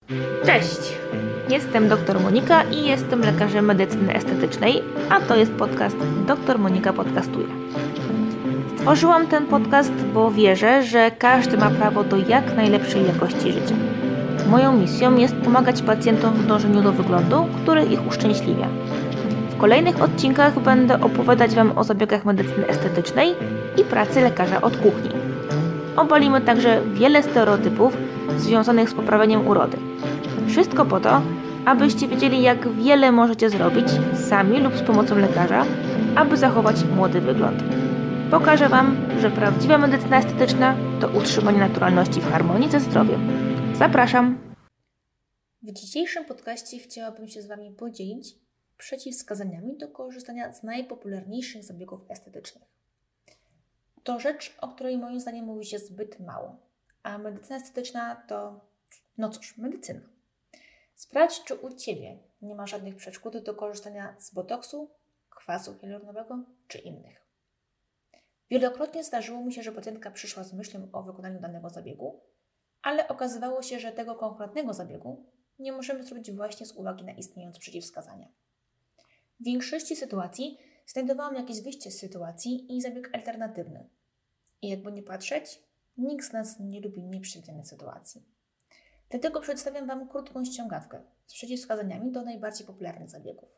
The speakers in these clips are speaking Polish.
Cześć! Jestem dr Monika i jestem lekarzem medycyny estetycznej, a to jest podcast Dr Monika Podcastuje. Stworzyłam ten podcast, bo wierzę, że każdy ma prawo do jak najlepszej jakości życia. Moją misją jest pomagać pacjentom w dążeniu do wyglądu, który ich uszczęśliwia. W kolejnych odcinkach będę opowiadać Wam o zabiegach medycyny estetycznej i pracy lekarza od kuchni. Obalimy także wiele stereotypów związanych z poprawieniem urody. Wszystko po to, abyście wiedzieli, jak wiele możecie zrobić sami lub z pomocą lekarza, aby zachować młody wygląd. Pokażę Wam, że prawdziwa medycyna estetyczna to utrzymanie naturalności w harmonii ze zdrowiem. Zapraszam! W dzisiejszym podcaście chciałabym się z Wami podzielić przeciwwskazaniami do korzystania z najpopularniejszych zabiegów estetycznych. To rzecz, o której moim zdaniem mówi się zbyt mało, a medycyna estetyczna to, medycyna. Sprawdź, czy u Ciebie nie ma żadnych przeszkód do korzystania z botoksu, kwasu hialuronowego czy innych. Wielokrotnie zdarzyło mi się, że pacjentka przyszła z myślą o wykonaniu danego zabiegu, ale okazywało się, że tego konkretnego zabiegu nie możemy zrobić właśnie z uwagi na istniejące przeciwwskazania. W większości sytuacji znajdowałam jakieś wyjście z sytuacji i zabieg alternatywny. I jakby nie patrzeć, nikt z nas nie lubi nieprzewidzianych sytuacji. Dlatego przedstawiam Wam krótką ściągawkę z przeciwwskazaniami do najbardziej popularnych zabiegów.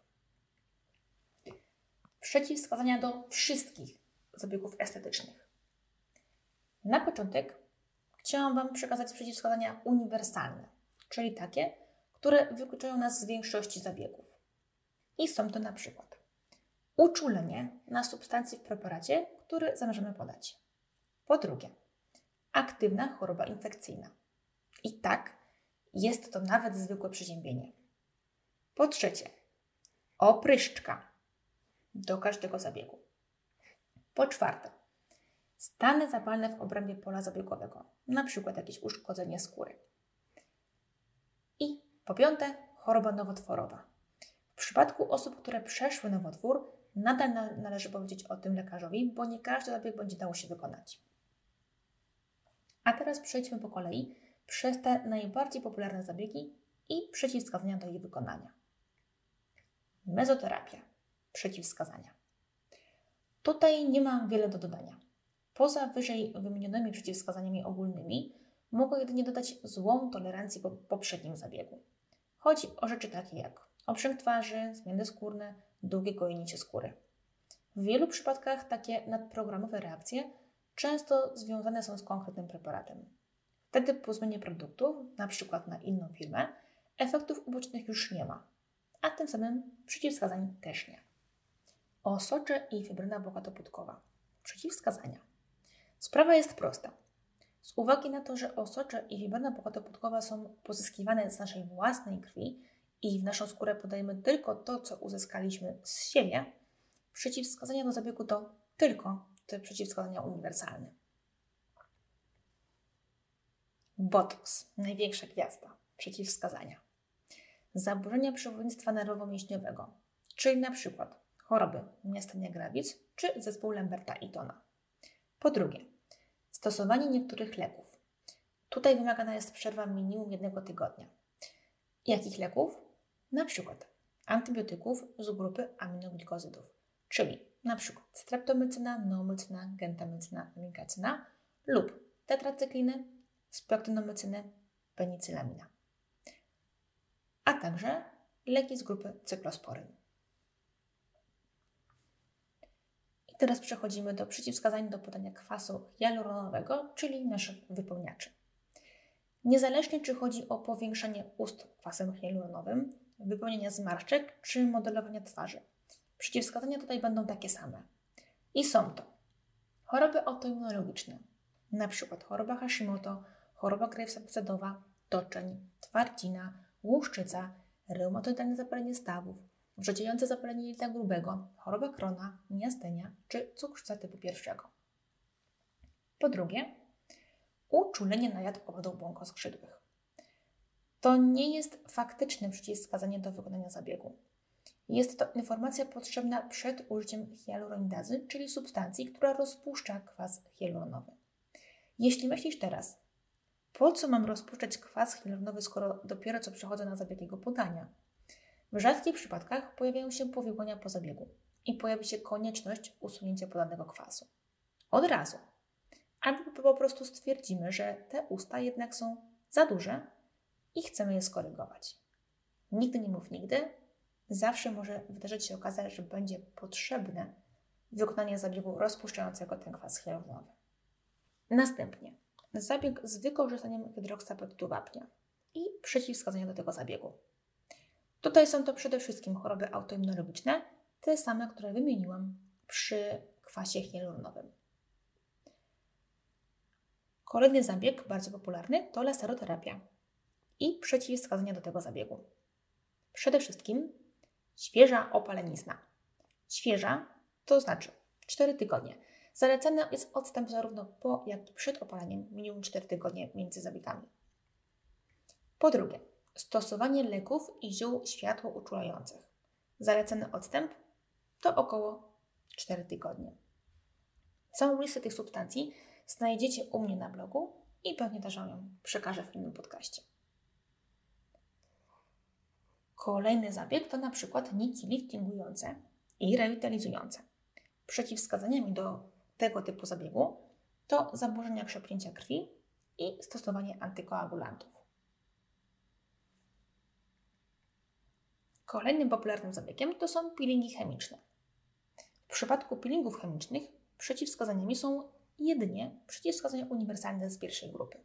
Przeciwwskazania do wszystkich zabiegów estetycznych. Na początek chciałam Wam przekazać przeciwwskazania uniwersalne, czyli takie, które wykluczają nas z większości zabiegów. I są to na przykład uczulenie na substancje w preparacie, który zamierzamy podać. Po drugie, aktywna choroba infekcyjna. I tak, jest to nawet zwykłe przeziębienie. Po trzecie, opryszczka do każdego zabiegu. Po czwarte, stany zapalne w obrębie pola zabiegowego, na przykład jakieś uszkodzenie skóry. I po piąte, choroba nowotworowa. W przypadku osób, które przeszły nowotwór, nadal należy powiedzieć o tym lekarzowi, bo nie każdy zabieg będzie dało się wykonać. A teraz przejdźmy po kolei przez te najbardziej popularne zabiegi i przeciwwskazania do ich wykonania. Mezoterapia. Przeciwwskazania. Tutaj nie mam wiele do dodania. Poza wyżej wymienionymi przeciwwskazaniami ogólnymi mogę jedynie dodać złą tolerancję po poprzednim zabiegu. Chodzi o rzeczy takie jak obrzęk twarzy, zmiany skórne, długie gojenie skóry. W wielu przypadkach takie nadprogramowe reakcje często związane są z konkretnym preparatem. Wtedy po zmianie produktów, np. na inną firmę, efektów ubocznych już nie ma, a tym samym przeciwwskazań też nie. Osocze i fibryna błokatopłótkowa. Przeciwwskazania. Sprawa jest prosta. Z uwagi na to, że osocze i fibryna błokatopłótkowa są pozyskiwane z naszej własnej krwi i w naszą skórę podajemy tylko to, co uzyskaliśmy z siebie, przeciwwskazania do zabiegu to tylko te przeciwwskazania uniwersalne. Botoks, największa gwiazda, przeciwwskazania. Zaburzenia przewodnictwa nerwowo-mięśniowego, czyli na przykład choroby miastenia gravids czy zespół Lamberta-Eatona. Po drugie, stosowanie niektórych leków. Tutaj wymagana jest przerwa minimum 1 tygodnia. Jakich leków? Na przykład antybiotyków z grupy aminoglikozydów, czyli na przykład streptomycyna, neomycyna, gentamycyna, amikacyna lub tetracykliny, spektynomycyny, penicylamina, a także leki z grupy cyklosporyn. I teraz przechodzimy do przeciwwskazań do podania kwasu hialuronowego, czyli naszych wypełniaczy. Niezależnie czy chodzi o powiększanie ust kwasem hialuronowym, wypełnienie zmarszczek czy modelowania twarzy, przeciwwskazania tutaj będą takie same. I są to choroby autoimmunologiczne, np. choroba Hashimoto, choroba Gravesa-Bezedowa, toczeń, twardźina, łuszczyca, reumatoidalne zapalenie stawów, wrzodziejące zapalenie jelita grubego, choroba Crohna, miastenia czy cukrzyca typu 1. Po drugie, uczulenie na jad owadów błonkoskrzydłych. To nie jest faktyczne przeciwwskazanie do wykonania zabiegu. Jest to informacja potrzebna przed użyciem hialuronidazy, czyli substancji, która rozpuszcza kwas hialuronowy. Jeśli myślisz teraz, Po co mam rozpuszczać kwas hialuronowy, skoro dopiero co przechodzę na zabieg jego podania? W rzadkich przypadkach pojawiają się powikłania po zabiegu i pojawi się konieczność usunięcia podanego kwasu. Od razu. Albo po prostu stwierdzimy, że te usta jednak są za duże i chcemy je skorygować. Nigdy nie mów nigdy. Zawsze może wydarzyć się okazja, że będzie potrzebne wykonanie zabiegu rozpuszczającego ten kwas hialuronowy. Następnie zabieg z wykorzystaniem hydroksapatotu wapnia i przeciwwskazania do tego zabiegu. Tutaj są to przede wszystkim choroby autoimmunologiczne, te same, które wymieniłam przy kwasie hialuronowym. Kolejny zabieg, bardzo popularny, to laseroterapia i przeciwwskazania do tego zabiegu. Przede wszystkim świeża opalenizna. Świeża to znaczy 4 tygodnie. Zalecany jest odstęp zarówno po, jak i przed opaleniem, minimum 4 tygodnie między zabiegami. Po drugie, stosowanie leków i ziół światłouczulających. Zalecany odstęp to około 4 tygodnie. Całą listę tych substancji znajdziecie u mnie na blogu i pewnie też ją przekażę w innym podcaście. Kolejny zabieg to na przykład niki liftingujące i rewitalizujące. Przeciwwskazaniami do tego typu zabiegu to zaburzenia krzepnięcia krwi i stosowanie antykoagulantów. Kolejnym popularnym zabiegiem to są peelingi chemiczne. W przypadku peelingów chemicznych przeciwwskazaniami są jedynie przeciwwskazania uniwersalne z pierwszej grupy.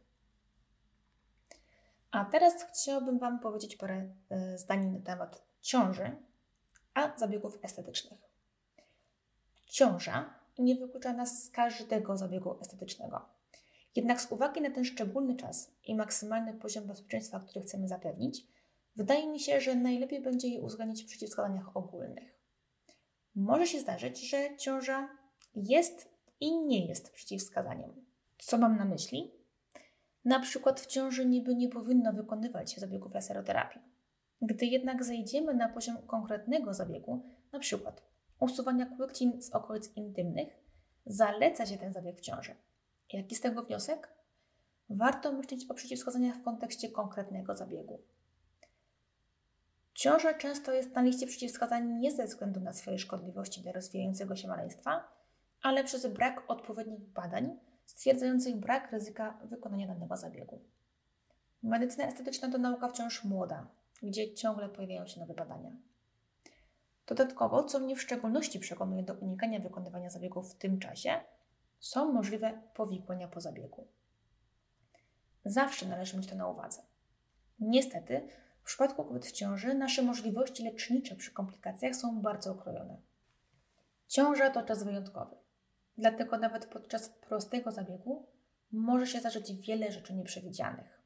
A teraz chciałabym Wam powiedzieć parę zdań na temat ciąży, a zabiegów estetycznych. Ciąża nie wyklucza nas z każdego zabiegu estetycznego. Jednak z uwagi na ten szczególny czas i maksymalny poziom bezpieczeństwa, który chcemy zapewnić, wydaje mi się, że najlepiej będzie je uwzględnić w przeciwwskazaniach ogólnych. Może się zdarzyć, że ciąża jest i nie jest przeciwwskazaniem. Co mam na myśli? Na przykład w ciąży niby nie powinno wykonywać się zabiegów laseroterapii. Gdy jednak zejdziemy na poziom konkretnego zabiegu, na przykład usuwania kłykcin z okolic intymnych, zaleca się ten zabieg w ciąży. Jaki z tego wniosek? Warto myśleć o przeciwwskazaniach w kontekście konkretnego zabiegu. Ciąża często jest na liście przeciwwskazań nie ze względu na swoje szkodliwości dla rozwijającego się maleństwa, ale przez brak odpowiednich badań stwierdzających brak ryzyka wykonania danego zabiegu. Medycyna estetyczna to nauka wciąż młoda, gdzie ciągle pojawiają się nowe badania. Dodatkowo, co mnie w szczególności przekonuje do unikania wykonywania zabiegów w tym czasie, są możliwe powikłania po zabiegu. Zawsze należy mieć to na uwadze. Niestety, w przypadku kobiet w ciąży nasze możliwości lecznicze przy komplikacjach są bardzo okrojone. Ciąża to czas wyjątkowy. Dlatego nawet podczas prostego zabiegu może się zdarzyć wiele rzeczy nieprzewidzianych.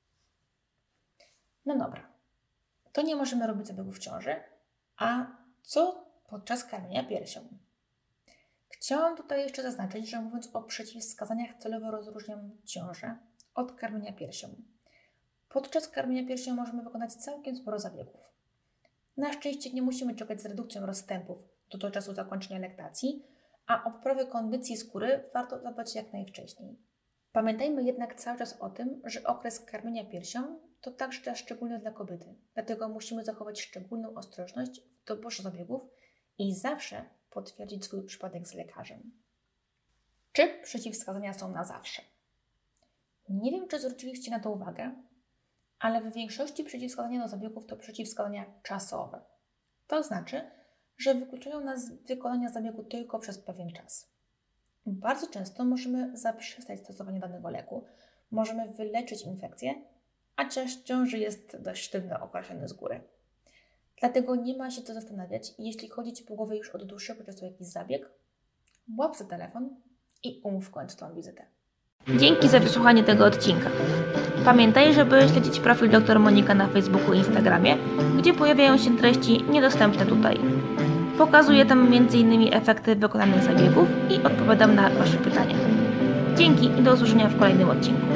No dobra, to nie możemy robić zabiegu w ciąży, a co podczas karmienia piersią? Chciałam tutaj jeszcze zaznaczyć, że mówiąc o przeciwwskazaniach celowo rozróżniam ciążę od karmienia piersią. Podczas karmienia piersią możemy wykonać całkiem sporo zabiegów. Na szczęście nie musimy czekać z redukcją rozstępów do czasu zakończenia laktacji, a o poprawę kondycji skóry warto zadbać jak najwcześniej. Pamiętajmy jednak cały czas o tym, że okres karmienia piersią to także czas szczególny dla kobiety, dlatego musimy zachować szczególną ostrożność w doborze zabiegów i zawsze potwierdzić swój przypadek z lekarzem. Czy przeciwwskazania są na zawsze? Nie wiem, czy zwróciliście na to uwagę, ale w większości przeciwwskazania do zabiegów to przeciwwskazania czasowe. To znaczy, że wykluczają nas z wykonania zabiegu tylko przez pewien czas. Bardzo często możemy zaprzestać stosowania danego leku, możemy wyleczyć infekcję, a czas ciąży jest dość sztywno określony z góry. Dlatego nie ma się co zastanawiać i jeśli chodzi Ci po głowie już od dłuższego czasu jakiś zabieg, łap za telefon i umów w końcu tą wizytę. Dzięki za wysłuchanie tego odcinka. Pamiętaj, żeby śledzić profil dr Monika na Facebooku i Instagramie, gdzie pojawiają się treści niedostępne tutaj. Pokazuję tam m.in. efekty wykonanych zabiegów i odpowiadam na Wasze pytania. Dzięki i do usłyszenia w kolejnym odcinku.